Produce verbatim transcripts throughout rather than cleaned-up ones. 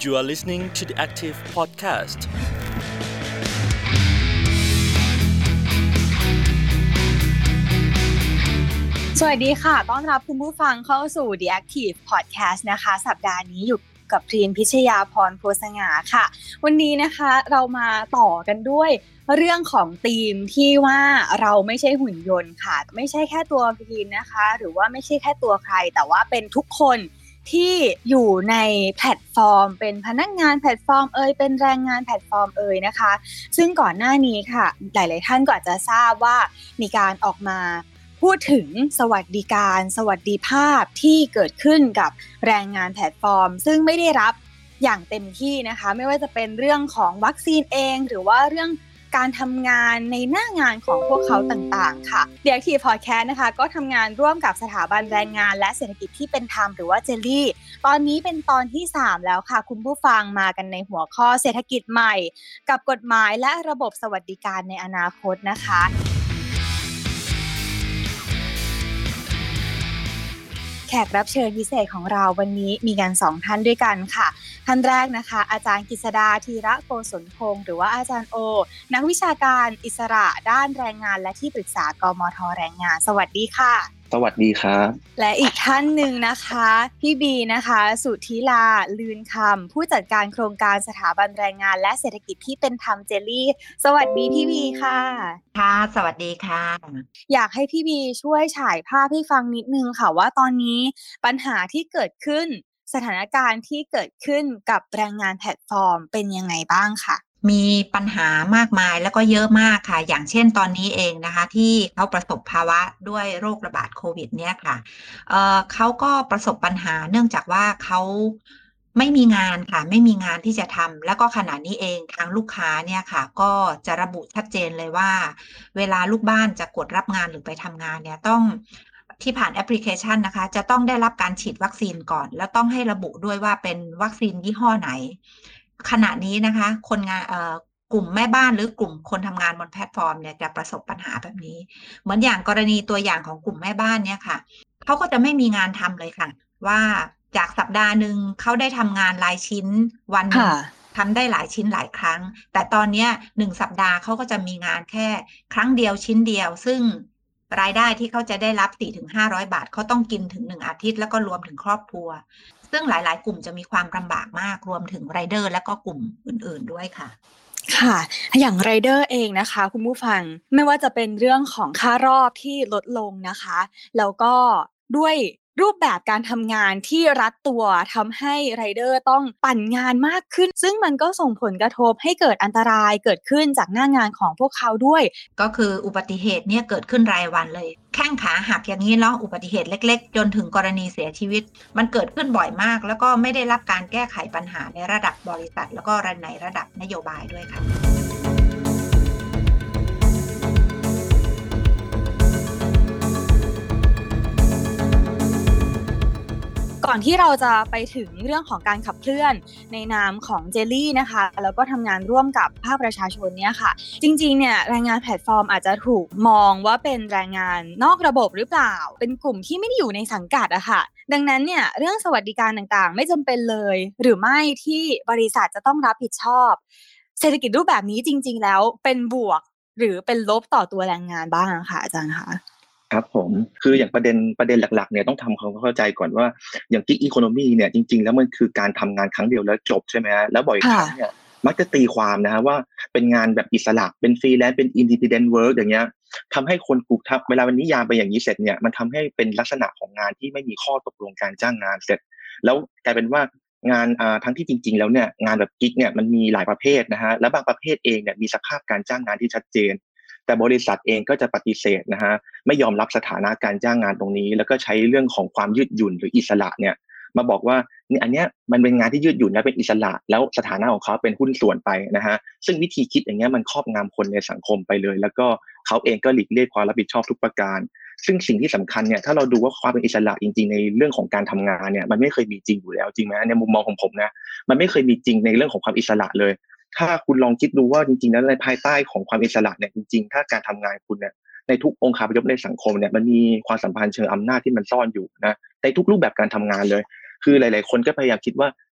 You are listening to the Active Podcast. สวัสดีค่ะต้อนรับคุณผู้ฟังเข้าสู่ The Active Podcast นะคะสัปดาห์นี้อยู่กับพรีนพิชยาพรโพสง่าค่ะวันนี้นะคะเรามาต่อกันด้วยเรื่องของธีมที่ว่าเราไม่ใช่หุ่นยนต์ค่ะไม่ใช่แค่ตัวพรีนนะคะหรือว่าไม่ใช่แค่ตัวใครแต่ว่าเป็นทุกคนที่อยู่ในแพลตฟอร์มเป็นพนักงานแพลตฟอร์มเอ่ยเป็นแรงงานแพลตฟอร์มเอ่ยนะคะซึ่งก่อนหน้านี้ค่ะหลายๆท่านก็อาจจะทราบว่ามีการออกมาพูดถึงสวัสดิการสวัสดิภาพที่เกิดขึ้นกับแรงงานแพลตฟอร์มซึ่งไม่ได้รับอย่างเต็มที่นะคะไม่ว่าจะเป็นเรื่องของวัคซีนเองหรือว่าเรื่องการทำงานในหน้างานของพวกเขาต่างๆค่ะ The Active Podcast นะคะก็ทำงานร่วมกับสถาบันแรงงานและเศรษฐกิจที่เป็นธรรมหรือว่าเจลลี่ตอนนี้เป็นตอนที่สามแล้วค่ะคุณผู้ฟังมากันในหัวข้อเศรษฐกิจใหม่กับกฎหมายและระบบสวัสดิการในอนาคตนะคะแขกรับเชิญพิเศษของเราวันนี้มีกันสองท่านด้วยกันค่ะท่านแรกนะคะอาจารย์กฤษดาธีระโกศลพงศ์หรือว่าอาจารย์โอนักวิชาการอิสระด้านแรงงานและที่ปรึกษากมท.แรงงานสวัสดีค่ะสวัสดีครับและอีกท่านหนึ่งนะคะพี่บีนะคะสุธิลาลืนคำผู้จัดการโครงการสถาบันแรงงานและเศรษฐกิจที่เป็นธรรมเจลลี่สวัสดีพี่บีค่ะค่ะสวัสดีค่ะอยากให้พี่บีช่วยฉายภาพให้ฟังนิดนึงค่ะว่าตอนนี้ปัญหาที่เกิดขึ้นสถานการณ์ที่เกิดขึ้นกับแรงงานแพลตฟอร์มเป็นยังไงบ้างค่ะมีปัญหามากมายแล้วก็เยอะมากค่ะอย่างเช่นตอนนี้เองนะคะที่เขาประสบภาวะด้วยโรคระบาดโควิดเนี่ยค่ะเอ่อเขาก็ประสบปัญหาเนื่องจากว่าเขาไม่มีงานค่ะไม่มีงานที่จะทำแล้วก็ขณะนี้เองทางลูกค้าเนี่ยค่ะก็จะระบุชัดเจนเลยว่าเวลาลูกบ้านจะกดรับงานหรือไปทำงานเนี่ยต้องที่ผ่านแอปพลิเคชันนะคะจะต้องได้รับการฉีดวัคซีนก่อนแล้วต้องให้ระบุด้วยว่าเป็นวัคซีนยี่ห้อไหนขณะนี้นะคะคนงานเอ่อกลุ่มแม่บ้านหรือกลุ่มคนทำงานบนแพลตฟอร์มเนี่ยจะประสบปัญหาแบบนี้เหมือนอย่างกรณีตัวอย่างของกลุ่มแม่บ้านเนี่ยค่ะเขาก็จะไม่มีงานทำเลยค่ะว่าจากสัปดาห์หนึ่งเขาได้ทำงานรายชิ้นวันนึงทำได้หลายชิ้นหลายครั้งแต่ตอนนี้หนึ่งสัปดาห์เขาก็จะมีงานแค่ครั้งเดียวชิ้นเดียวซึ่งรายได้ที่เขาจะได้รับ สี่ถึงห้าร้อย บาทเขาต้องกินถึงหนึ่งอาทิตย์แล้วก็รวมถึงครอบครัวซึ่งหลายๆกลุ่มจะมีความลำบากมากรวมถึงไรเดอร์และก็กลุ่มอื่นๆด้วยค่ะค่ะอย่างไรเดอร์เองนะคะคุณผู้ฟังไม่ว่าจะเป็นเรื่องของค่ารอบที่ลดลงนะคะแล้วก็ด้วยรูปแบบการทำงานที่รัดตัวทำให้ไรเดอร์ต้องปั่นงานมากขึ้นซึ่งมันก็ส่งผลกระทบให้เกิดอันตรายเกิดขึ้นจากหน้างานของพวกเขาด้วยก็คืออุบัติเหตุเนี่ยเกิดขึ้นรายวันเลยแข้งขาหักอย่างนี้แล้วอุบัติเหตุเล็กๆจนถึงกรณีเสียชีวิตมันเกิดขึ้นบ่อยมากแล้วก็ไม่ได้รับการแก้ไขปัญหาในระดับบริษัทแล้วก็ในระดับนโยบายด้วยค่ะก่อนที่เราจะไปถึงเรื่องของการขับเคลื่อนในนามของเจลลี่นะคะแล้วก็ทำงานร่วมกับภาคประชาชนเนี่ยค่ะจริงๆเนี่ยแรงงานแพลตฟอร์มอาจจะถูกมองว่าเป็นแรงงานนอกระบบหรือเปล่าเป็นกลุ่มที่ไม่ได้อยู่ในสังกัดอะค่ะดังนั้นเนี่ยเรื่องสวัสดิการต่างๆไม่จำเป็นเลยหรือไม่ที่บริษัทจะต้องรับผิดชอบเศรษฐกิจรูปแบบนี้จริงๆแล้วเป็นบวกหรือเป็นลบต่อตัวแรงงานบ้างค่ะอาจารย์คะครับผมคืออย่างประเด็นประเด็นหลักๆเนี่ยต้องทำความเข้าใจก่อนว่าอย่างกิ๊กอีโคโนมีเนี่ยจริงๆแล้วมันคือการทำงานครั้งเดียวแล้วจบใช่ไหมฮะแล้วบ่อยครั้งเนี่ยมักจะตีความนะฮะว่าเป็นงานแบบอิสระเป็นฟรีแลนซ์เป็นอินดิเพนเดนต์เวิร์กอย่างเงี้ยทำให้คนกลุ่มทับเวลาวันนี้ยามไปอย่างนี้เสร็จเนี่ยมันทำให้เป็นลักษณะของงานที่ไม่มีข้อตกลงการจ้างงานเสร็จแล้วกลายเป็นว่างานอ่าทั้งที่จริงๆแล้วเนี่ยงานแบบกิ๊กเนี่ยมันมีหลายประเภทนะฮะและบางประเภทเองเนี่ยมีสภาพการจ้างงานที่ชัดเจนแต่บริษัทเองก็จะปฏิเสธนะฮะไม่ยอมรับสถานะการจ้างงานตรงนี้แล้วก็ใช้เรื่องของความยืดหยุ่นหรืออิสระเนี่ยมาบอกว่านี่อันเนี้ยมันเป็นงานที่ยืดหยุ่นและเป็นอิสระแล้วสถานะของเขาเป็นหุ้นส่วนไปนะฮะซึ่งวิธีคิดอย่างเงี้ยมันครอบงำคนในสังคมไปเลยแล้วก็เขาเองก็หลีกเลี่ยงความรับผิดชอบทุกประการซึ่งสิ่งที่สำคัญเนี่ยถ้าเราดูว่าความเป็นอิสระจริงๆในเรื่องของการทำงานเนี่ยมันไม่เคยมีจริงอยู่แล้วจริงไหมในมุมมองของผมนะมันไม่เคยมีจริงในเรื่องของความอิสระเลยถ้าคุณลองคิดดูว่าจริงๆแล้วในภายใต้ของความอิสระเนี่ยจริงๆถ้าการทำงานคุณเนี่ยในทุกองค์คาพยพในสังคมเนี่ยมันมีความสัมพันธ์เชิงอำนาจที่มันซ่อนอยู่นะในทุกรูปแบบการทำงานเลยคือหลายๆคนก็พยายามคิดว่า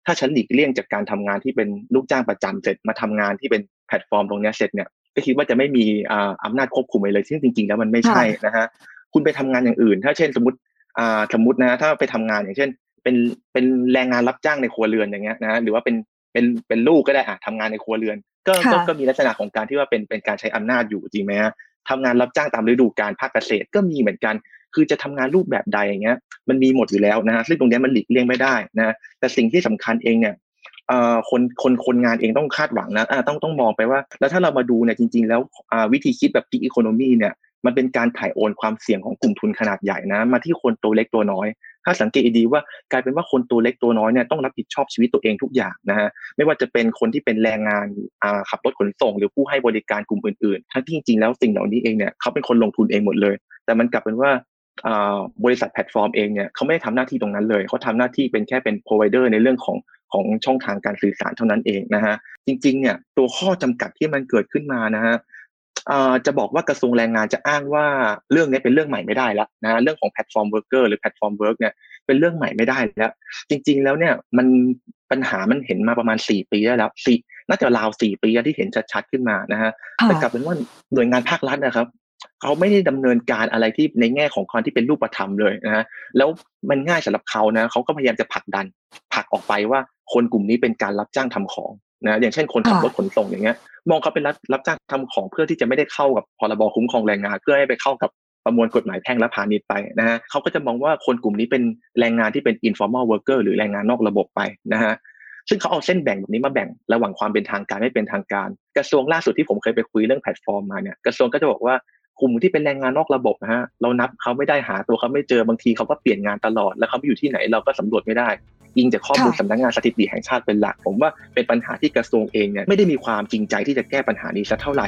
ถ้าฉันหลีกเลี่ยงจากการทำงานที่เป็นลูกจ้างประจำเสร็จมาทำงานที่เป็นแพลตฟอร์มตรงนี้เสร็จเนี่ยก็คิดว่าจะไม่มีอ่าอำนาจควบคุมอะไรเลยซึ่งจริงๆแล้วมันไม่ใช่นะฮะคุณไปทำงานอย่างอื่นถ้าเช่นสมมติอ่าสมมตินะถ้าไปทำงานอย่างเช่นเป็นเป็นแรงงานรับจ้างในครัวเรือนอย่างเงี้ยนะหรือว่าเป็นเป็นเป็นลูกก็ได้อ่ะทำงานในครัวเรือนก็ก็ก็มีลักษณะของการที่ว่าเป็นเป็นการใช้อำนาจอยู่จริงไหมฮะทำงานรับจ้างตามฤดูกาลภาคเกษตรก็มีเหมือนกันคือจะทำงานรูปแบบใดอย่างเงี้ยมันมีหมดอยู่แล้วนะฮะซึ่งตรงนี้มันหลีกเลี่ยงไม่ได้นะแต่สิ่งที่สำคัญเองเนี่ยเอ่อคนคนคนงานเองต้องคาดหวังนะอ่าต้องต้องมองไปว่าแล้วถ้าเรามาดูเนี่ยจริงๆแล้วอ่าวิธีคิดแบบ Gig Economy เนี่ยมันเป็นการถ่ายโอนความเสี่ยงของกลุ่มทุนขนาดใหญ่นะมาที่คนตัวเล็กตัวน้อยถ้าสังเกตดีว่ากลายเป็นว่าคนตัวเล็กตัวน้อยเนี่ยต้องรับผิดชอบชีวิตตัวเองทุกอย่างนะฮะไม่ว่าจะเป็นคนที่เป็นแรงงานอ่าขับรถขนส่งหรือผู้ให้บริการกลุ่มอื่นๆทั้งที่จริงๆแล้วสิ่งเหล่านี้เองเนี่ยเขาเป็นคนลงทุนเองหมดเลยแต่มันกลับเป็นว่าอ่าบริษัทแพลตฟอร์มเองเนี่ยเขาไม่ได้ทำหน้าที่ตรงนั้นเลยเขาทำหน้าที่เป็นแค่เป็น provider ในเรื่องของของช่องทางการสื่อสารเท่านั้นเองนะฮะจริงๆเนี่ยตัวข้อจำกัดที่มันเกิดขึ้นมานะฮะเอ่อจะบอกว่ากระทรวงแรงงานจะอ้างว่าเรื่องนี้เป็นเรื่องใหม่ไม่ได้แล้วนะเรื่องของแพลตฟอร์มเวิร์กเกอร์หรือแพลตฟอร์มเวิร์กเนี่ยเป็นเรื่องใหม่ไม่ได้แล้วจริงๆแล้วเนี่ยมันปัญหามันเห็นมาประมาณสี่ปีได้แล้วสี่น่าจะราวสี่ปีที่เห็นชัดๆขึ้นมานะฮะแต่กลับเป็นว่าหน่วยงานภาครัฐนะครับเขาไม่ได้ดำเนินการอะไรที่ในแง่ของความที่เป็นรูปธรรมเลยนะฮะแล้วมันง่ายสำหรับเขานะเขาก็พยายามจะผลักดันผลักออกไปว่าคนกลุ่มนี้เป็นการรับจ้างทำของนะอย่างเช่นคนขับรถขนส่งอย่างเงี้ยมองเขาเป็นรับรับจ้างทำของเพื่อที่จะไม่ได้เข้ากับพรบคุ้มครองแรงงานเพื่อให้ไปเข้ากับประมวลกฎหมายแพ่งและพาณิชย์ไปนะฮะเขาก็จะมองว่าคนกลุ่มนี้เป็นแรงงานที่เป็น informal worker หรือแรงงานนอกระบบไปนะฮะซึ่งเขาเอาเส้นแบ่งแบบนี้มาแบ่งระหว่างความเป็นทางการไม่เป็นทางการกระทรวงล่าสุดที่ผมเคยไปคุยเรื่องแพลตฟอร์มมาเนี่ยกระทรวงก็จะบอกว่ากลุ่มที่เป็นแรงงานนอกระบบนะฮะเรานับเขาไม่ได้หาตัวเขาไม่เจอบางทีเขาก็เปลี่ยนงานตลอดแล้วเขาไม่อยู่ที่ไหนเราก็สำรวจไม่ได้อิงจากข้อมูลสำนักงานสถิติแห่งชาติเป็นหลักผมว่าเป็นปัญหาที่กระทรวงเองเนี่ยไม่ได้มีความจริงใจที่จะแก้ปัญหานี้สักเท่าไหร่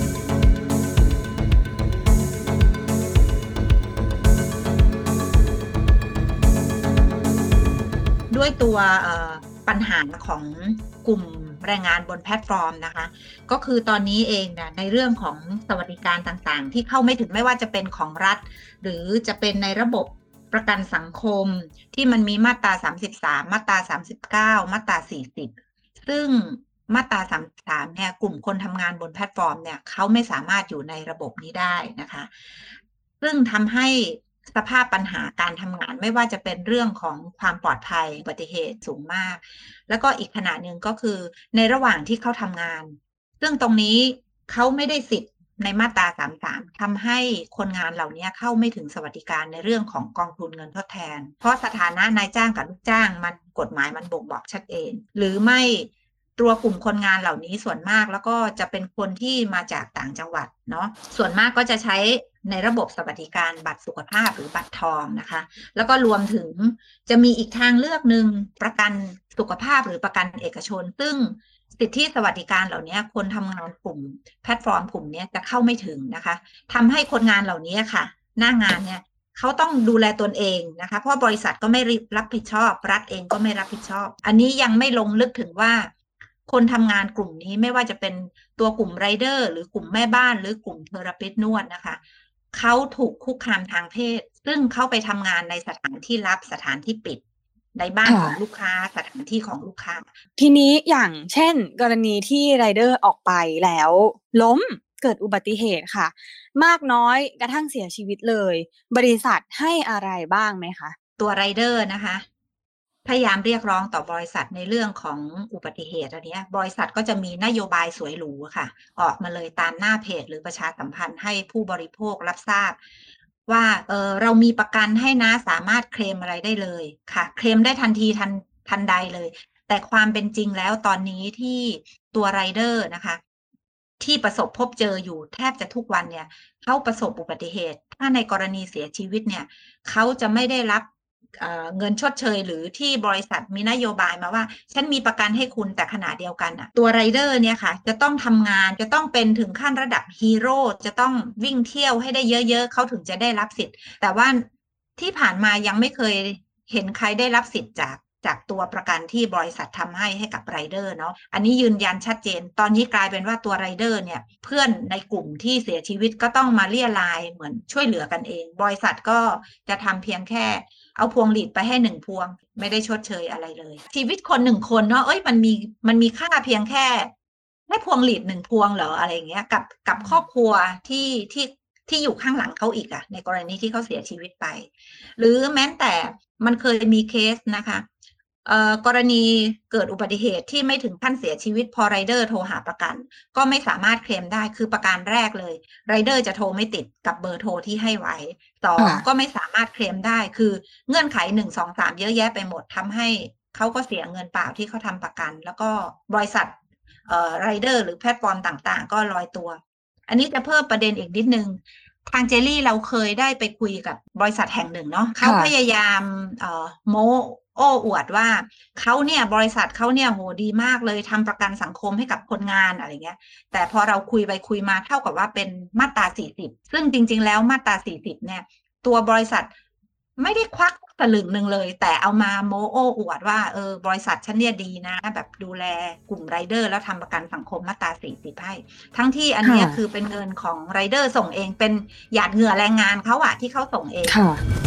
ด้วยตัวปัญหาของกลุ่มแรงงานบนแพลตฟอร์มนะคะก็คือตอนนี้เองเนี่ยในเรื่องของสวัสดิการต่างๆที่เข้าไม่ถึงไม่ว่าจะเป็นของรัฐหรือจะเป็นในระบบประกันสังคมที่มันมีมาตราสามสิบสามมาตราสามสิบเก้ามาตราสี่สิบซึ่งมาตราสามสิบสามเนี่ยกลุ่มคนทำงานบนแพลตฟอร์มเนี่ยเขาไม่สามารถอยู่ในระบบนี้ได้นะคะซึ่งทำให้สภาพปัญหาการทำงานไม่ว่าจะเป็นเรื่องของความปลอดภัยอุบัติเหตุสูงมากแล้วก็อีกขณะหนึ่งก็คือในระหว่างที่เขาทำงานซึ่งตรงนี้เขาไม่ได้สิทธิ์ในมาตราสามสิบสามทำให้คนงานเหล่านี้เข้าไม่ถึงสวัสดิการในเรื่องของกองทุนเงินทดแทนเพราะสถานะนายจ้างกับลูกจ้างมันกฎหมายมันบ่งบอกชัดเจนหรือไม่ตัวกลุ่มคนงานเหล่านี้ส่วนมากแล้วก็จะเป็นคนที่มาจากต่างจังหวัดเนาะส่วนมากก็จะใช้ในระบบสวัสดิการบัตรสุขภาพหรือบัตรทองนะคะแล้วก็รวมถึงจะมีอีกทางเลือกหนึ่งประกันสุขภาพหรือประกันเอกชนซึ่งสิทธิสวัสดิการเหล่านี้คนทำงานกลุ่มแพลตฟอร์มกลุ่มนี้จะเข้าไม่ถึงนะคะทำให้คนงานเหล่านี้ค่ะหน้างานเนี่ยเขาต้องดูแลตนเองนะคะเพราะบริษัทก็ไม่รับผิดชอบรัฐเองก็ไม่รับผิดชอบอันนี้ยังไม่ลงลึกถึงว่าคนทำงานกลุ่มนี้ไม่ว่าจะเป็นตัวกลุ่มไรเดอร์หรือกลุ่มแม่บ้านหรือกลุ่มเทอราปิสต์นวดนะคะเขาถูกคุกคามทางเพศซึ่งเข้าไปทำงานในสถานที่ลับสถานที่ปิดในบ้านของลูกค้าสถานที่ของลูกค้าทีนี้อย่างเช่นกรณีที่ไรเดอร์ออกไปแล้วล้มเกิดอุบัติเหตุค่ะมากน้อยกระทั่งเสียชีวิตเลยบริษัทให้อะไรบ้างไหมคะตัวไรเดอร์นะคะพยายามเรียกร้องต่อบริษัทในเรื่องของอุบัติเหตุอันนี้บริษัทก็จะมีนโยบายสวยหรูค่ะออกมาเลยตามหน้าเพจหรือประชาสัมพันธ์ให้ผู้บริโภครับทราบว่าเออเรามีประกันให้นะสามารถเคลมอะไรได้เลยค่ะเคลมได้ทันทีทันทันใดเลยแต่ความเป็นจริงแล้วตอนนี้ที่ตัวไรเดอร์นะคะที่ประสบพบเจออยู่แทบจะทุกวันเนี่ยเขาประสบอุบัติเหตุถ้าในกรณีเสียชีวิตเนี่ยเขาจะไม่ได้รับเงินชดเชยหรือที่บริษัทมีนโยบายมาว่าฉันมีประกันให้คุณแต่ขณะเดียวกันอ่ะตัวไรเดอร์เนี่ยค่ะจะต้องทำงานจะต้องเป็นถึงขั้นระดับฮีโร่จะต้องวิ่งเที่ยวให้ได้เยอะๆเขาถึงจะได้รับสิทธิ์แต่ว่าที่ผ่านมายังไม่เคยเห็นใครได้รับสิทธิ์จากจากตัวประกันที่บริษัททำให้ให้กับไรเดอร์เนาะอันนี้ยืนยันชัดเจนตอนนี้กลายเป็นว่าตัวไรเดอร์เนี่ยเพื่อนในกลุ่มที่เสียชีวิตก็ต้องมาเลี่ยรายเหมือนช่วยเหลือกันเองบริษัทก็จะทำเพียงแค่เอาพวงหลีดไปให้หนึ่งพวงไม่ได้ชดเชยอะไรเลยชีวิตคนหนึ่งคนเนาะเอ้ยมันมีมันมีค่าเพียงแค่แค่พวงหลีดหนึ่งพวงเหรออะไรเงี้ยกับกับครอบครัวที่ที่ที่อยู่ข้างหลังเขาอีกอะในกรณีที่เขาเสียชีวิตไปหรือแม้แต่มันเคยมีเคสนะคะเอ่อกรณีเกิดอุบัติเหตุที่ไม่ถึงขั้นเสียชีวิตพอไรเดอร์โทรหาประกันก็ไม่สามารถเคลมได้คือประการแรกเลยไรเดอร์จะโทรไม่ติดกับเบอร์โทรที่ให้ไว้สองก็ไม่สามารถเคลมได้คือเงื่อนไขหนึ่ง สอง สามเยอะแยะไปหมดทำให้เขาก็เสียเงินเปล่าที่เขาทำประกันแล้วก็บริษัทเอ่อไรเดอร์หรือแพลตฟอร์มต่างๆก็ลอยตัวอันนี้จะเพิ่มประเด็นอีกนิดนึงทางเจลลี่เราเคยได้ไปคุยกับบริษัทแห่งหนึ่งเนาะเขาพยายามเอ่อโมโอ้อวดว่าเขาเนี่ยบริษัทเขาเนี่ยโหดีมากเลยทำประกันสังคมให้กับคนงานอะไรเงี้ยแต่พอเราคุยไปคุยมาเท่ากับว่าเป็นมาตราสี่สิบซึ่งจริงๆแล้วมาตราสี่สิบเนี่ยตัวบริษัทไม่ได้ควักสลึงนึงเลยแต่เอามาโมโอ้อวดว่าเออบริษัทฉันเนี่ยดีนะแบบดูแลกลุ่มไรเดอร์แล้วทำประกันสังคมมาตราสี่สิบให้ทั้งที่อันนี้คือเป็นเงินของไรเดอร์ส่งเองเป็นหยาดเหงื่อแรงงานเขาอะที่เขาส่งเอง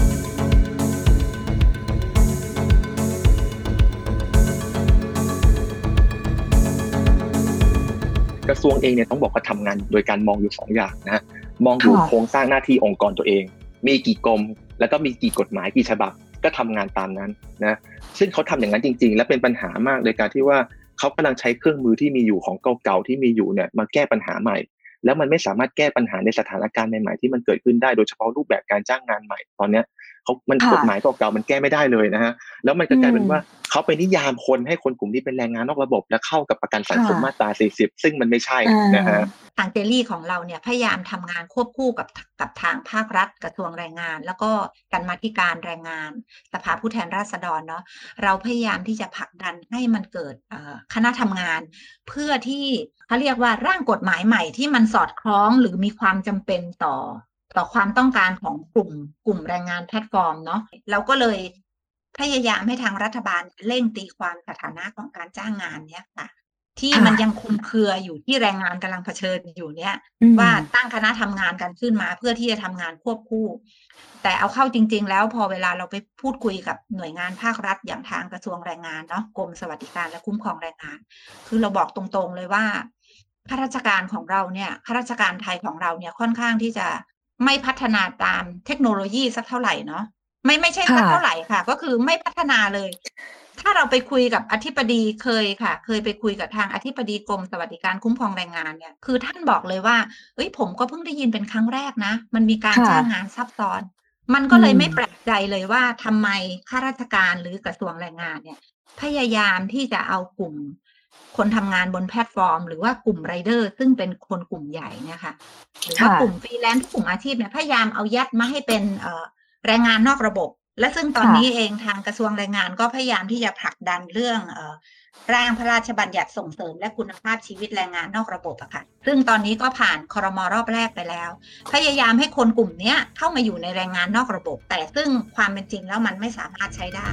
กระทรวงเองเนี่ยต้องบอกว่าทำงานโดยการมองอยู่สองอย่างนะฮะมองดูโครงสร้างหน้าที่องค์กรตัวเองมีกี่กรมแล้วก็มีกี่กฎหมายกี่ฉบับก็ทำงานตามนั้นนะซึ่งเขาทำอย่างนั้นจริงๆและเป็นปัญหามากในการที่ว่าเขากำลังใช้เครื่องมือที่มีอยู่ของเก่าๆที่มีอยู่เนี่ยมาแก้ปัญหาใหม่แล้วมันไม่สามารถแก้ปัญหาในสถานการณ์ใหม่ๆที่มันเกิดขึ้นได้โดยเฉพาะรูปแบบการจ้างงานใหม่ตอนนี้เขามันกฎหมายเก่าๆมันแก้ไม่ได้เลยนะฮะแล้วมันก็กลายเป็นว่าเขาไปนิยามคนให้คนกลุ่มนี้เป็นแรงงานนอกระบบและเข้ากับประกันสังคมมาตราสี่สิบซึ่งมันไม่ใช่นะฮะทางเจลลี่ของเราเนี่ยพยายามทำงานควบคู่กับกับทางภาครัฐกระทรวงแรงงานแล้วก็กรรมาธิการแรงงานสภาผู้แทนราษฎรเนาะเราพยายามที่จะผลักดันให้มันเกิดคณะทำงานเพื่อที่เขาเรียกว่าร่างกฎหมายใหม่ที่มันสอดคล้องหรือมีความจำเป็นต่อต่อความต้องการของกลุ่มกลุ่มแรงงานแพลตฟอร์มเนาะเราก็เลยพยายามให้ทางรัฐบาลเร่งตีความสถานะของการจ้างงานเนี่ยค่ะที่มันยังคลุมเครืออยู่ที่แรงงานกำลังเผชิญอยู่เนี่ยว่าตั้งคณะทำงานกันขึ้นมาเพื่อที่จะทำงานควบคู่แต่เอาเข้าจริงๆแล้วพอเวลาเราไปพูดคุยกับหน่วยงานภาครัฐอย่างทางกระทรวงแรงงานเนาะกรมสวัสดิการและคุ้มครองแรงงานคือเราบอกตรงๆเลยว่าข้าราชการของเราเนี่ยข้าราชการไทยของเราเนี่ยค่อนข้างที่จะไม่พัฒนาตามเทคโนโลยีสักเท่าไหร่เนาะไม่ไม่ใช่สักเท่าไหร่ค่ะก็คือไม่พัฒนาเลยถ้าเราไปคุยกับอธิบดีเคยค่ะเคยไปคุยกับทางอธิบดีกรมสวัสดิการคุ้มครองแรงงานเนี่ยคือท่านบอกเลยว่าเอ้ยผมก็เพิ่งได้ยินเป็นครั้งแรกนะมันมีการจ้างงานซับซ้อนมันก็เลยไม่แปลกใจเลยว่าทำไมข้าราชการหรือกระทรวงแรงงานเนี่ยพยายามที่จะเอากลุ่มคนทำงานบนแพลตฟอร์มหรือว่ากลุ่มไรเดอร์ซึ่งเป็นคนกลุ่มใหญ่เนี่ยค่ะหรือว่ากลุ่มฟรีแลนซ์กลุ่มอาชีพเนี่ยพยายามเอายัดมาให้เป็นเอ่อแรงงานนอกระบบและซึ่งตอนนี้เองทางกระทรวงแรงงานก็พยายามที่จะผลักดันเรื่องเอ่อร่างพระราชบัญญัติส่งเสริมและคุณภาพชีวิตแรงงานนอกระบบอะค่ะซึ่งตอนนี้ก็ผ่านครม.รอบแรกไปแล้วพยายามให้คนกลุ่มนี้เข้ามาอยู่ในแรงงานนอกระบบแต่ซึ่งความเป็นจริงแล้วมันไม่สามารถใช้ได้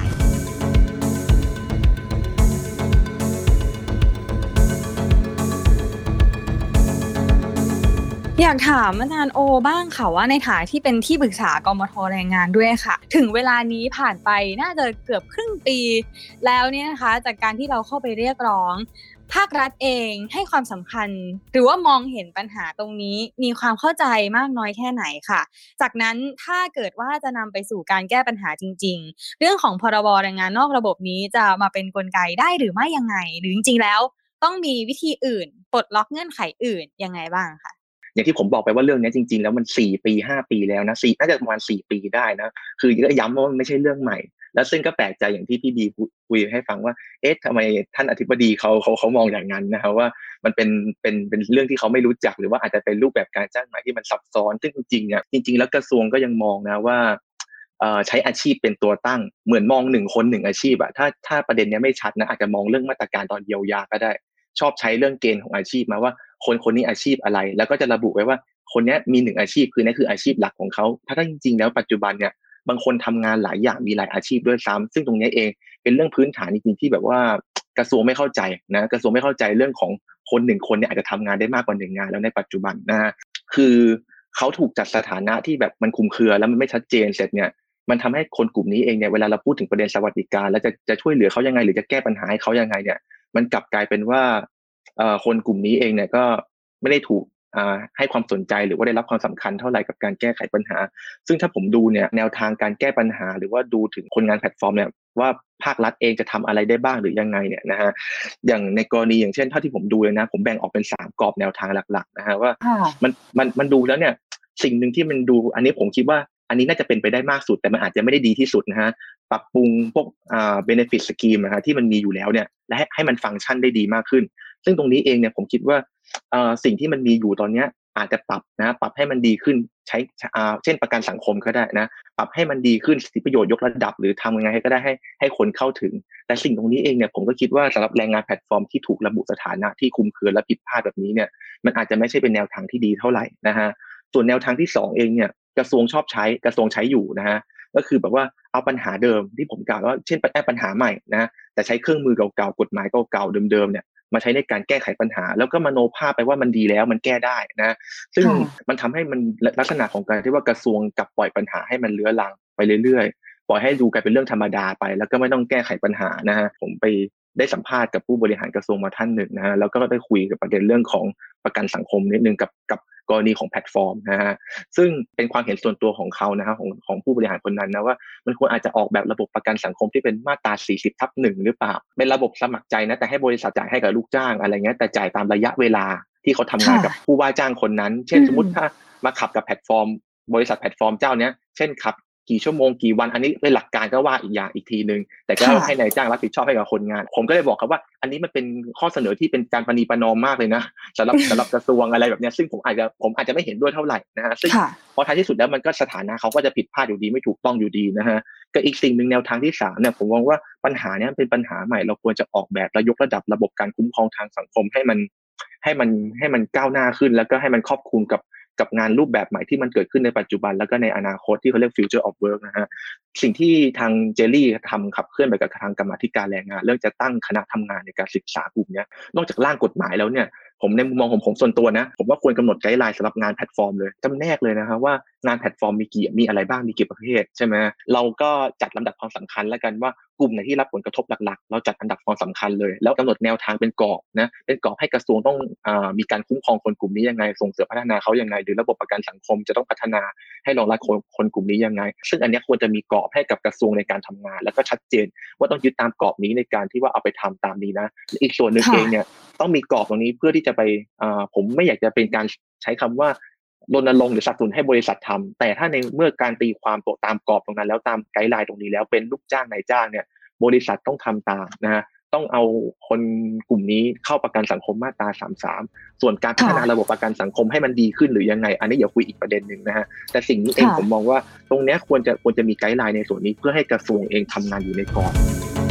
อยากถามอาจารย์โอบ้างค่ะว่าในฐานะที่เป็นที่ปรึกษากมท.แรงงานด้วยค่ะถึงเวลานี้ผ่านไปน่าจะเกือบครึ่งปีแล้วเนี่ยนะคะจากการที่เราเข้าไปเรียกร้องภาครัฐเองให้ความสำคัญหรือว่ามองเห็นปัญหาตรงนี้มีความเข้าใจมากน้อยแค่ไหนค่ะจากนั้นถ้าเกิดว่าจะนำไปสู่การแก้ปัญหาจริงๆเรื่องของพรบแรงงานนอกระบบนี้จะมาเป็นกลไกได้หรือไม่ยังไงหรือจริงๆแล้วต้องมีวิธีอื่นปลดล็อกเงื่อนไขอื่นยังไงบ้างคะอย่างที่ผมบอกไปว่าเรื่องนี้จริงๆแล้วมันสี่ปีห้าปีแล้วนะสี่น่าจะประมาณสี่ปีได้นะคือก็ย้ำว่ามันไม่ใช่เรื่องใหม่แล้วซึ่งก็แปลกใจอย่างที่พี่บีคุยให้ฟังว่าเอ๊ะทำไมท่านอธิบดีเขาเขาเขามองอย่างนั้นนะครับว่ามันเป็นเป็นเป็นเรื่องที่เขาไม่รู้จักหรือว่าอาจจะเป็นรูปแบบการจ้างงานที่มันซับซ้อนซึ่งจริงๆเนี่ยจริงๆแล้วกระทรวงก็ยังมองนะว่าใช้อาชีพเป็นตัวตั้งเหมือนมองหนึ่งคนหนึ่งอาชีพอะถ้าถ้าประเด็นนี้ไม่ชัดนะอาจจะมองเรื่องมาตรการตอนเยียวยาก็ได้ชอบใช้เรื่องเกณฑ์ของอาชีพมาว่าคนคนนี้อาชีพอะไรแล้วก็จะระบุไว้ว่าคนนี้มีหนึ่งอาชีพคือนั่นคืออาชีพหลักของเขาถ้าจริงๆแล้วปัจจุบันเนี่ยบางคนทำงานหลายอย่างมีหลายอาชีพด้วยซ้ำซึ่งตรงนี้เองเป็นเรื่องพื้นฐานจริงๆที่แบบว่ากระทรวงไม่เข้าใจนะกระทรวงไม่เข้าใจเรื่องของคนหนึ่งคนเนี่ยอาจจะทำงานได้มากกว่าหนึ่งงานแล้วในปัจจุบันนะฮะคือเขาถูกจัดสถานะที่แบบมันคลุมเครือแล้วมันไม่ชัดเจนเสร็จเนี่ยมันทำให้คนกลุ่มนี้เองเนี่ยเวลาเราพูดถึงประเด็นสวัสดิการแล้วจะจะช่วยเหลือเขายังไงหรือจะแก้ปัญหาให้เขายังไงเนี่ยมันกลับกลายเป็นว่าเอ่อคนกลุ่มนี้เองเนี่ยก็ไม่ได้ถูกอ่าให้ความสนใจหรือว่าได้รับความสำคัญเท่าไหร่กับการแก้ไขปัญหาซึ่งถ้าผมดูเนี่ยแนวทางการแก้ปัญหาหรือว่าดูถึงคนงานแพลตฟอร์มเนี่ยว่าภาครัฐเองจะทำอะไรได้บ้างหรือยังไงเนี่ยนะฮะอย่างในกรณีอย่างเช่นเท่าที่ผมดูเลยนะผมแบ่งออกเป็นสามกรอบแนวทางหลักๆนะฮะว่ามันมันมันดูแล้วเนี่ยสิ่งหนึ่งที่มันดูอันนี้ผมคิดว่าอันนี้น่าจะเป็นไปได้มากสุดแต่มันอาจจะไม่ได้ดีที่สุดนะฮะปรับปรุงพวกอ่า benefit scheme นะฮะที่มันมีอยู่แล้วเนี่ยและให้ให้มันฟังก์ชันได้ดีมากขึ้นซึ่งตรงนี้เองเนี่ยผมคิดว่าเอ่อสิ่งที่มันมีอยู่ตอนเนี้ยอาจจะปรับนะปรับให้มันดีขึ้นใช้อ่าเช่นประกันสังคมก็ได้นะปรับให้มันดีขึ้นสิทธิประโยชน์ยกระดับหรือทำยังไงก็ได้ให้ให้คนเข้าถึงแต่สิ่งตรงนี้เองเนี่ยผมก็คิดว่าสำหรับแรงงานแพลตฟอร์มที่ถูกระบุสถานะที่คลุมเครือและผิดพลาดแบบนี้เนี่ยมันอาจจะไม่ใช่เป็นแนวทางที่ดีเท่าไหร่นะฮะส่วนแนวทางที่สองเองเนี่ยกระทรวงชอบใช้กระทรวงใช้อยู่นะฮะก็คือแบบว่าเอาปัญหาเดิมที่ผมกล่าวว่าเช่นแก้ปัญหาใหม่นะแต่ใช้เครื่องมือเก่าๆกฎหมายเก่าๆเดิมๆเนี่ยมาใช้ในการแก้ไขปัญหาแล้วก็มโนภาพไปว่ามันดีแล้วมันแก้ได้นะซึ่งมันทำให้มันลักษณะของการที่ว่ากระทรวงกลับปล่อยปัญหาให้มันเลื้อรังไปเรื่อยๆปล่อยให้ดูกลายเป็นเรื่องธรรมดาไปแล้วก็ไม่ต้องแก้ไขปัญหานะฮะผมไปได้สัมภาษณ์กับผู้บริหารกระทรวงมาท่านหนึ่งนะฮะแล้วก็ได้คุยกับประเด็นเรื่องของประกันสังคมนิดนึงกับกับกรณีของแพลตฟอร์มนะฮะซึ่งเป็นความเห็นส่วนตัวของเขานะฮะของของผู้บริหารคนนั้นนะว่ามันควรอาจจะออกแบบระบบประกันสังคมที่เป็นมาตรา สี่สิบทับหนึ่ง หรือเปล่าเป็นระบบสมัครใจนะแต่ให้บริษัทจ่ายให้กับลูกจ้างอะไรเงี้ยแต่จ่ายตามระยะเวลาที่เขาทำงานกับผู้ว่าจ้างคนนั้นเช่นสมมุติถ้ามาขับกับแพลตฟอร์มบริษัทแพลตฟอร์มเจ้าเนี้ยเช่นขับกี่ชั่วโมงกี่วันอันนี้เป็นหลักการก็ว่าอีกอย่างอีกทีนึงแต่ก็ให้นายจ้างรับผิดชอบให้กับคนงานผมก็เลยบอกครับว่าอันนี้มันเป็นข้อเสนอที่เป็นการประนีประนอมมากเลยนะสำหรับสำหรับกระทรวงอะไรแบบนี้ซึ่งผมอาจจะผมอาจจะไม่เห็นด้วยเท่าไหร่นะฮะซึ่งพอท้ายที่สุดแล้วมันก็สถานะเขาก็จะผิดพลาดอยู่ดีไม่ถูกต้องอยู่ดีนะฮะก็อีกสิ่งนึงแนวทางที่สามเนี่ยผมมองว่าปัญหานี้เป็นปัญหาใหม่เราควรจะออกแบบและยกระดับระบบการคุ้มครองทางสังคมให้มันให้มันให้มันก้าวหน้าขึ้นแล้วก็ให้มันครอบคลุมกับกับงานรูปแบบใหม่ที่มันเกิดขึ้นในปัจจุบันแล้วก็ในอนาคตที่เขาเรียก future of work นะฮะสิ่งที่ทางเจลลี่ทำขับเคลื่อนไปกับทางกรรมาธิการแรงงานเรื่องจะตั้งคณะทำงานในการศึกษากลุ่มนี้นอกจากร่างกฎหมายแล้วเนี่ยผมในมุมมองของผมส่วนตัวนะผมว่าควรกำหนดไกด์ไลน์สำหรับงานแพลตฟอร์มเลยจำแนกเลยนะครับว่างานแพลตฟอร์มมีกี่มีอะไรบ้างมีกี่ประเภทใช่ไหมเราก็จัดลำดับความสำคัญแล้วกันว่ากลุ่มไหนที่รับผลกระทบหลักๆเราจัดอันดับความสำคัญเลยแล้วกำหนดแนวทางเป็นกรอบนะเป็นกรอบให้กระทรวงต้องอ่ามีการคุ้มครองคนกลุ่มนี้ยังไงส่งเสริมพัฒนาเขายังไงหรือระบบประกันสังคมจะต้องพัฒนาให้รองรับคนคนกลุ่มนี้ยังไงซึ่งอันนี้ควรจะมีกรอบให้กับกระทรวงในการทำงานแล้วก็ชัดเจนว่าต้องยึดตามกรอบนี้ในการที่ว่าเอาไปทำตามนี้นะอีกส่วนนึงเองเนี่ยต้องมีกรอบตรงนี้เพื่อที่จะไปอ่าผมไม่อยากจะเป็นการใช้คำว่ารณรงค์หรือสนับสนุนให้บริษัททำแต่ถ้าในเมื่อการตีความตัวตามกรอบตรงนั้นแล้วตามไกด์ไลน์ตรงนี้แล้วเป็นลูกจ้างนายจ้างเนี่ยบริษัทต้องทำตามนะฮะต้องเอาคนกลุ่มนี้เข้าประกันสังคมมาตราสามสิบสามส่วนการพัฒนาระบบประกันสังคมให้มันดีขึ้นหรือยังไงอันนี้เดี๋ยวคุยอีกประเด็นนึงนะฮะแต่สิ่งนี้เองผมมองว่าตรงนี้ควรจะควรจะมีไกด์ไลน์ในส่วนนี้เพื่อให้กระทรวงเองทำงานอยู่ในกรอบ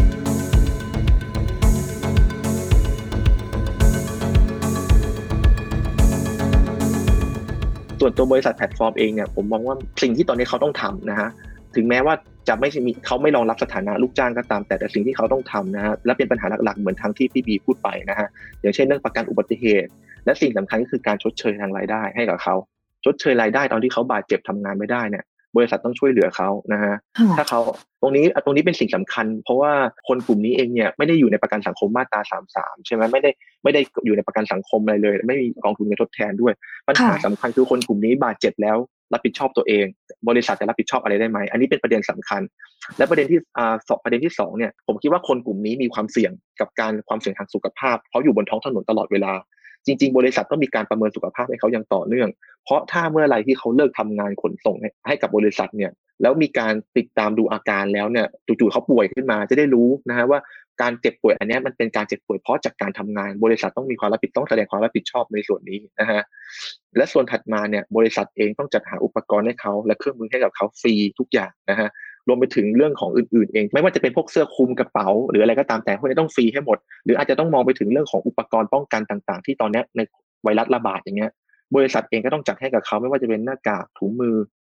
ส่วนตัวบริษัทแพลตฟอร์มเองเนี่ยผมมองว่าสิ่งที่ตอนนี้เขาต้องทำนะฮะถึงแม้ว่าจะไม่มีเขาไม่รองรับสถานะลูกจ้างก็ตามแต่แต่สิ่งที่เขาต้องทำนะฮะและเป็นปัญหาหลักๆเหมือนทางที่พี่บีพูดไปนะฮะอย่างเช่นเรื่องประกันอุบัติเหตุและสิ่งสำคัญก็คือการชดเชยทางรายได้ให้กับเขาชดเชยรายได้ตอนที่เขาบาดเจ็บทำงานไม่ได้เนี่ยบริษัทต้องช่วยเหลือเขานะฮะถ้าเขาตรงนี้ตรงนี้เป็นสิ่งสำคัญเพราะว่าคนกลุ่มนี้เองเนี่ยไม่ได้อยู่ในประกันสังคมมาตราสามสิบสามใช่ไหมไม่ได้ไม่ได้อยู่ในประกันสังคมอะไรเลยไม่มีกองทุนเงินทดแทนด้วยปัญหาสำคัญคือคนกลุ่มนี้บาดเจ็บแล้วรับผิดชอบตัวเองบริษัทจะรับผิดชอบอะไรได้ไหมอันนี้เป็นประเด็นสำคัญและประเด็นที่อ่าสองประเด็นที่สองเนี่ยผมคิดว่าคนกลุ่มนี้มีความเสี่ยงกับการความเสี่ยงทางสุขภาพเพราะอยู่บนท้องถนนตลอดเวลาจริงๆบริษัทต้องมีการประเมินสุขภาพให้เขาอย่างต่อเนื่องเพราะถ้าเมื่อไรที่เขาเลิกทำงานขนส่งให้กับบริษัทเนี่ยแล้วมีการติดตามดูอาการแล้วเนี่ยจู่ๆเขาป่วยขึ้นมาจะได้รู้นะฮะว่าการเจ็บป่วยอันนี้มันเป็นการเจ็บป่วยเพราะจากการทำงานบริษัทต้องมีความรับผิดต้องแสดงความรับผิดชอบในส่วนนี้นะฮะและส่วนถัดมาเนี่ยบริษัทเองต้องจัดหาอุปกรณ์ให้เขาและเครื่องมือให้กับเขาฟรีทุกอย่างนะฮะรวมไปถึงเรื่องของอื่นๆเองไม่ว่าจะเป็นพวกเสื้อคลุมกระเป๋าหรืออะไรก็ตามแต่พวกนี้ต้องฟรีให้หมดหรืออาจจะต้องมองไปถึงเรื่องของอุปกรณ์ป้องกันต่างๆที่ตอนนี้ในไวรัสระบาดอย่างเงี้ยบริษัทเองก็ต้องจัดให้กับเขาไม่ว่าจะเป็นหน้ากากถุงมือ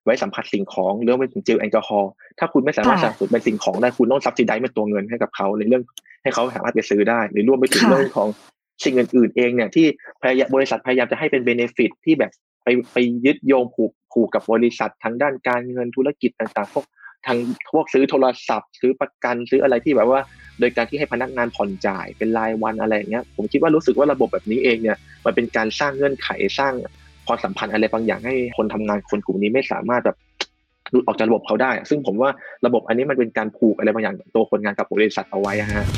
ไว้สัมผัสสิ่งของเรื่องไปถึงเจลแอลกอฮอล์ถ้าคุณไม่สามารถสนับสนุนเป็นสิ่งของได้คุณต้องซับซิไดซ์เป็นตัวเงินให้กับเขาในเรื่องให้เขาสามารถไปซื้อได้หรือรวมไปถึงเรื่องของสิ่งอื่นๆเองเนี่ยที่บริษัทพยายามจะให้เป็นเบเนฟิตที่แบบไปไปยึดโยงผูกผูกกับบริษัททางด้านการเงินธุรกิจต่างๆพวกทางพวกซื้อโทรศัพท์ซื้อประกันซื้ออะไรที่แบบว่าโดยการที่ให้พนักงานผ่อนจ่ายเป็นรายวันอะไรอย่างเงี้ยผมคิดว่ารู้สึกว่าระบบแบบนี้เองเนี่ยมันเป็นการสร้างเงื่อนไขสร้างความสัมพันธ์อะไรบางอย่างให้คนทำงานคนกลุ่มนี้ไม่สามารถแบบหลุดออกจากระบบเขาได้ซึ่งผมว่าระบบอันนี้มันเป็นการผูกอะไรบางอย่างตัวคนงานกับบริษัทเอาไว้ฮะ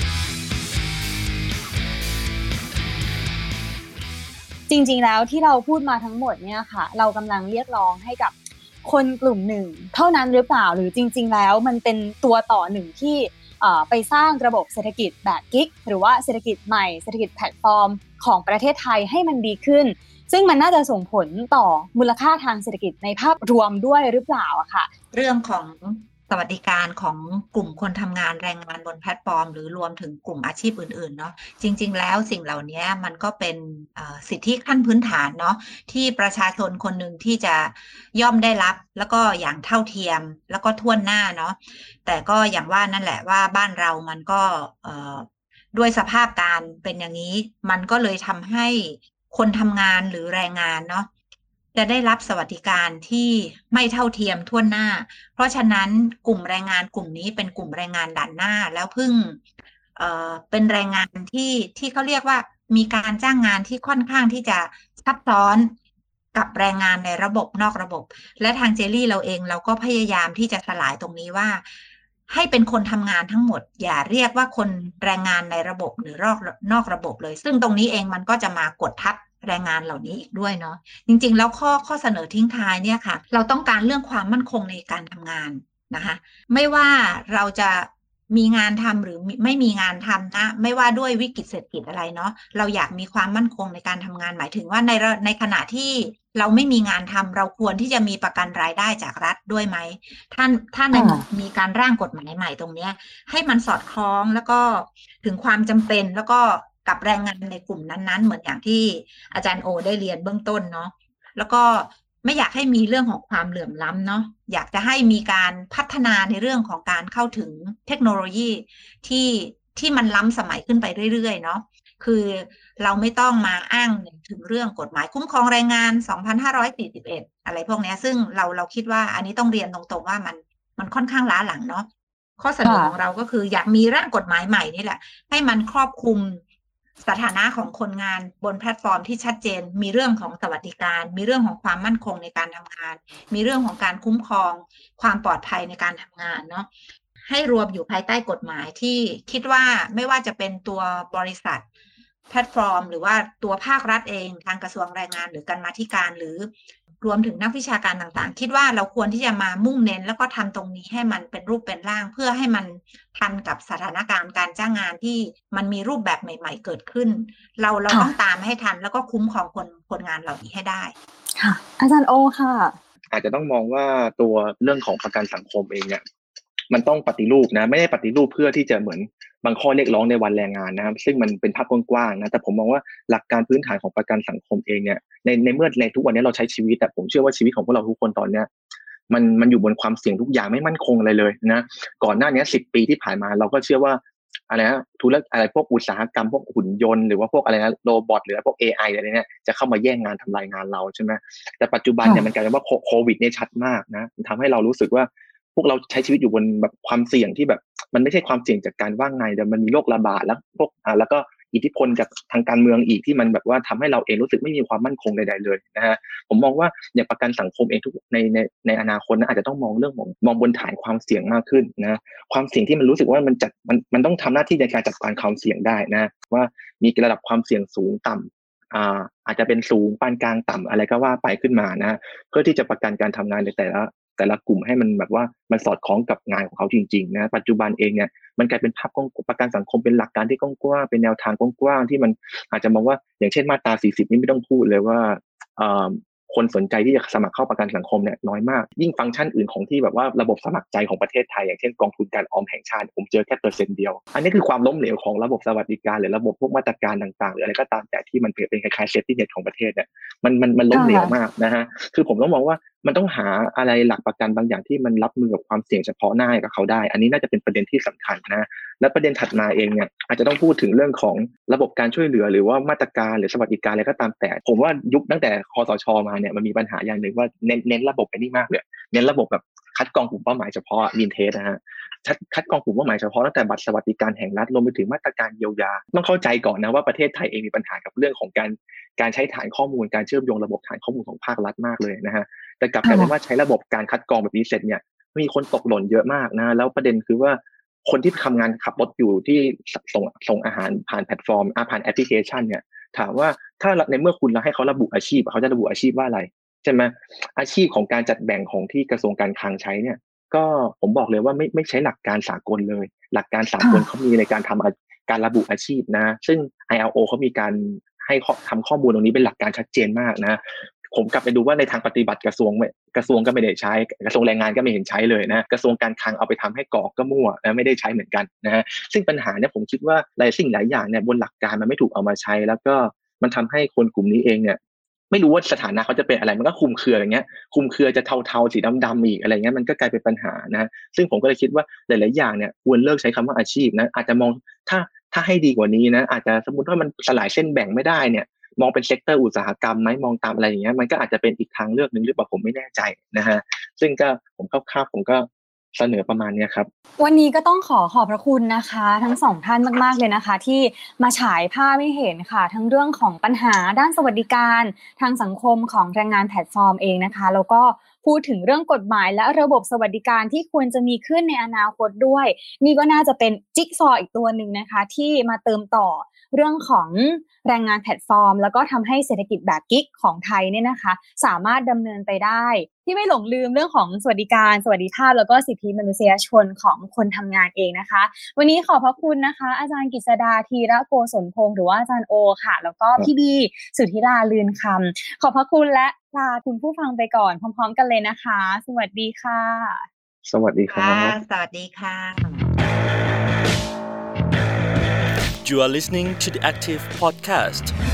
จริงๆแล้วที่เราพูดมาทั้งหมดเนี่ยค่ะเรากำลังเรียกร้องให้กับคนกลุ่มหนึ่งเท่านั้นหรือเปล่าหรือจริงๆแล้วมันเป็นตัวต่อหนึ่งที่ไปสร้างระบบเศรษฐกิจแบบกิ๊กหรือว่าเศรษฐกิจใหม่เศรษฐกิจแพลตฟอร์มของประเทศไทยให้มันดีขึ้นซึ่งมันน่าจะส่งผลต่อมูลค่าทางเศรษฐกิจในภาพรวมด้วยหรือเปล่าอะค่ะเรื่องของสวัสดิการของกลุ่มคนทำงานแรงงานบนแพลตฟอร์มหรือรวมถึงกลุ่มอาชีพอื่นๆเนาะจริงๆแล้วสิ่งเหล่านี้มันก็เป็นสิทธิขั้นพื้นฐานเนาะที่ประชาชนคนหนึ่งที่จะย่อมได้รับแล้วก็อย่างเท่าเทียมแล้วก็ทั่วหน้าเนาะแต่ก็อย่างว่านั่นแหละว่าบ้านเรามันก็ด้วยสภาพการเป็นอย่างนี้มันก็เลยทำให้คนทำงานหรือแรงงานเนาะจะได้รับสวัสดิการที่ไม่เท่าเทียมทั่วหน้าเพราะฉะนั้นกลุ่มแรงงานกลุ่มนี้เป็นกลุ่มแรงงานด่านหน้าแล้วเพิ่งเอ่อเป็นแรงงานที่ที่เขาเรียกว่ามีการจ้างงานที่ค่อนข้างที่จะซับซ้อนกับแรงงานในระบบนอกระบบและทางเจลลี่เราเองเราก็พยายามที่จะสลายตรงนี้ว่าให้เป็นคนทำงานทั้งหมดอย่าเรียกว่าคนแรงงานในระบบหรือนอกนอกระบบเลยซึ่งตรงนี้เองมันก็จะมากดทับแรงงานเหล่านี้อีกด้วยเนาะจริงๆแล้วข้อข้อเสนอทิ้งท้ายเนี่ยค่ะเราต้องการเรื่องความมั่นคงในการทำงานนะคะไม่ว่าเราจะมีงานทำหรือไม่มีงานทำนะไม่ว่าด้วยวิกฤตเศรษฐกิจอะไรเนาะเราอยากมีความมั่นคงในการทำงานหมายถึงว่าในในขณะที่เราไม่มีงานทำเราควรที่จะมีประกันรายได้จากรัฐด้วยไหมท่านถ้าในมีการร่างกฎหมายใหม่ตรงนี้ให้มันสอดคล้องแล้วก็ถึงความจำเป็นแล้วก็กับแรงงานในกลุ่มนั้นๆเหมือนอย่างที่อาจารย์โอได้เรียนเบื้องต้นเนาะแล้วก็ไม่อยากให้มีเรื่องของความเหลื่อมล้ำเนาะอยากจะให้มีการพัฒนาในเรื่องของการเข้าถึงเทคโนโลยีที่ที่มันล้ำสมัยขึ้นไปเรื่อยๆเนาะคือเราไม่ต้องมาอ้างถึงเรื่องกฎหมายคุ้มครองแรงงานสองพันห้าร้อยสี่สิบเอ็ดอะไรพวกนี้ซึ่งเราเราคิดว่าอันนี้ต้องเรียนตรงๆว่ามันมันค่อนข้างล้าหลังเนาะข้อเสนอของเราก็คืออยากมีร่างกฎหมายใหม่นี่แหละให้มันครอบคลุมสถานะของคนงานบนแพลตฟอร์มที่ชัดเจนมีเรื่องของสวัสดิการมีเรื่องของความมั่นคงในการทำงานมีเรื่องของการคุ้มครองความปลอดภัยในการทำงานเนาะให้รวมอยู่ภายใต้กฎหมายที่คิดว่าไม่ว่าจะเป็นตัวบริษัทแพลตฟอร์มหรือว่าตัวภาครัฐเองทางกระทรวงแรงงานหรือการมาธิการหรือรวมถึงนักวิชาการต่างๆคิดว่าเราควรที่จะมามุ่งเน้นแล้วก็ทำตรงนี้ให้มันเป็นรูปเป็นร่างเพื่อให้มันทันกับสถานการณ์การจ้างงานที่มันมีรูปแบบใหม่ๆเกิดขึ้นเราเราต้องตามให้ทันแล้วก็คุ้มครองคนคนงานเหล่านี้ให้ได้ค่ะอาจารย์โอค่ะอาจจะต้องมองว่าตัวเรื่องของประกันสังคมเองเนี่ยมันต้องปฏิรูปนะไม่ได้ปฏิรูปเพื่อที่จะเหมือนบางข้อเรียกร้องในวันแรงงานนะครับซึ่งมันเป็นภาพกว้างๆนะแต่ผมมองว่าหลักการพื้นฐานของประกันสังคมเองเนี่ยในในเมื่อในทุกวันนี้เราใช้ชีวิตแต่ผมเชื่อว่าชีวิตของพวกเราทุกคนตอนเนี้ยมันมันอยู่บนความเสี่ยงทุกอย่างไม่มั่นคงอะไรเลยนะก่อนหน้านี้สิบปีที่ผ่านมาเราก็เชื่อว่าอะไรนะธุรกิจอะไรพวกอุตสาหกรรมพวกหุ่นยนต์หรือว่าพวกอะไรนะโรบอทหรือพวก เอ ไอ อะไรเนี่ยจะเข้ามาแย่งงานทำลายงานเราใช่ไหมแต่ปัจจุบันเนี่ยมันกลายเป็นว่าโควิดเนี่ยชัดมากนะทำให้เรารู้สึกว่าพวกเราใช้ชีวิตอยู่บนแบบความเสี่ยงที่แบบมันไม่ใช่ความเสี่ยงจากการว่างงานแต่มันมีโรคระบาดแล้วพวกอ่าแล้วก็อิทธิพลจากทางการเมืองอีกที่มันแบบว่าทำให้เราเองรู้สึกไม่มีความมั่นคงใดๆเลยนะฮะผมมองว่าอย่างประกันสังคมเองทุกในในในอนาคตนะอาจจะต้องมองเรื่องของมองบนฐานความเสี่ยงมากขึ้นนะความเสี่ยงที่มันรู้สึกว่ามันจัดมันมันต้องทำหน้าที่ในการจัดการความเสี่ยงได้นะว่ามีระดับความเสี่ยงสูงต่ำอ่าอาจจะเป็นสูงปานกลางต่ำอะไรก็ว่าไปขึ้นมานะเพื่อที่จะประกันการทำงานในแต่ละแต่ละกลุ่มให้มันแบบว่ามันสอดคล้องกับงานของเขาจริงๆนะปัจจุบันเองเนี่ยมันกลายเป็นภาพประกันสังคมเป็นหลักการที่กว้างๆเป็นแนวทางกว้างๆที่มันอาจจะมองว่าอย่างเช่นมาตราสี่สิบนี่ไม่ต้องพูดเลยว่าคนสนใจที่จะสมัครเข้าประกันสังคมเนี่ยน้อยมากยิ่งฟังก์ชันอื่นของที่แบบว่าระบบสมัครใจของประเทศไทยอย่างเช่นกองทุนการออมแห่งชาติผมเจอแค่เปอร์เซ็นต์เดียวอันนี้คือความล้มเหลวของระบบสวัสดิการหรือระบบพวกมาตรการต่างๆหรืออะไรก็ตามแต่ที่มันเป็นคล้ายๆเซฟตี้เน็ตของประเทศเนี่ยมันมันมันล้มเหลวมากนะฮะคือผมต้องมองว่ามันต้องหาอะไรหลักประกันบางอย่างที่มันรับมือกับความเสี่ยงเฉพาะหน้ากับเขาได้อันนี้น่าจะเป็นประเด็นที่สำคัญนะและประเด็นถัดมาเองเนี่ยอาจจะต้องพูดถึงเรื่องของระบบการช่วยเหลือหรือว่ามาตรการหรือสวัสดิการอะไรก็ตามแต่ผมว่ายุคตั้งแต่คสช.มาเนี่ยมันมีปัญหาอย่างหนึ่งว่าเน้นเน้นระบบไอ้นี่มากเลยเน้นระบบแบบคัดกรองกลุ่มเป้าหมายเฉพาะวินเทสนะฮะคัดกรองกลุ่มเป้าหมายเฉพาะตั้งแต่บัตรสวัสดิการแห่งรัฐรวมไปถึงมาตรการเยียวยาต้องเข้าใจก่อนนะว่าประเทศไทยเองมีปัญหากับเรื่องของการการใช้ฐานข้อมูลการเชื่อมโยงระบบฐานข้อมูลของภาครัฐมากเลยนะฮะแต่กลับกลายเป็นว่าใช้ระบบการคัดกรองแบบนี้เสร็จเนี่ยมีคนตกหล่นเยอะมากนะแล้วประเด็นคือว่าคนที่ทำงานขับรถอยู่ที่ส่งส่งอาหารผ่านแพลตฟอร์มผ่านแอปพลิเคชันเนี่ยถามว่าถ้าในเมื่อคุณแล้วให้เขาระบุอาชีพเขาจะระบุอาชีพว่าอะไรใช่ไหมอาชีพของการจัดแบ่งของที่กระทรวงการคลังใช้เนี่ยก็ผมบอกเลยว่าไม่ไม่ใช้หลักการสากลเลยหลักการสากลเขามีในการทำการระบุอาชีพนะซึ่ง ไอ แอล โอ เขามีการให้ทำข้อมูลตรงนี้เป็นหลักการชัดเจนมากนะผมกลับไปดูว่าในทางปฏิบัติกระทรวงกระทรวงก็ไม่ได้ใช้กระทรวงแรงงานก็ไม่เห็นใช้เลยนะกระทรวงการคลังเอาไปทำให้กรอกก็มั่วนะไม่ได้ใช้เหมือนกันนะฮะซึ่งปัญหาเนี่ยผมคิดว่าหลายสิ่งหลายอย่างเนี่ยบนหลักการมันไม่ถูกเอามาใช้แล้วก็มันทำให้คนกลุ่มนี้เองเนี่ยไม่รู้ว่าสถานะเขาจะเป็นอะไรมันก็คุมเครืออย่างเงี้ยคุมเครือจะเทาๆสีดำๆอีกอะไรเงี้ยมันก็กลายเป็นปัญหานะซึ่งผมก็เลยคิดว่าหลายๆอย่างเนี่ยควรเลิกใช้คำว่าอาชีพนะอาจจะมองถ้าถ้าให้ดีกว่านี้นะอาจจะสมมติว่ามันสลายเส้นแบ่งไม่ได้เนี่ยมองเป็นเซกเตอร์อุตสาหกรรมไหมมองตามอะไรอย่างเงี้ยมันก็อาจจะเป็นอีกทางเลือกนึงหรือเปล่าผมไม่แน่ใจนะฮะซึ่งก็ผมคร่าวๆผมก็เสนอประมาณนี้ครับวันนี้ก็ต้องขอขอบพระคุณนะคะทั้งสองท่านมากๆเลยนะคะที่มาฉายภาพให้เห็นค่ะทั้งเรื่องของปัญหาด้านสวัสดิการทางสังคมของแรงงานแพลตฟอร์มเองนะคะแล้วก็พูดถึงเรื่องกฎหมายและระบบสวัสดิการที่ควรจะมีขึ้นในอนาคตด้วยนี่ก็น่าจะเป็นจิ๊กซอว์อีกตัวนึงนะคะที่มาเติมต่อเรื่องของแรงงานแพลตฟอร์มแล้วก็ทำให้เศรษฐกิจแบบกิ๊กของไทยเนี่ยนะคะสามารถดำเนินไปได้ที่ไม่หลงลืมเรื่องของสวัสดิการสวัสดิภาพแล้วก็สิทธิมนุษยชนของคนทำงานเองนะคะวันนี้ขอบพระคุณนะคะอาจารย์กฤษดาธีระโกศลพงศ์หรือว่าอาจารย์โอค่ะแล้วก็พี่บีสุทธิราลืนคำขอบพระคุณและลาคุณผู้ฟังไปก่อนพร้อมๆกันเลยนะคะสวัสดีค่ะสวัสดีครับสวัสดีค่ะ You are listening to the Active Podcast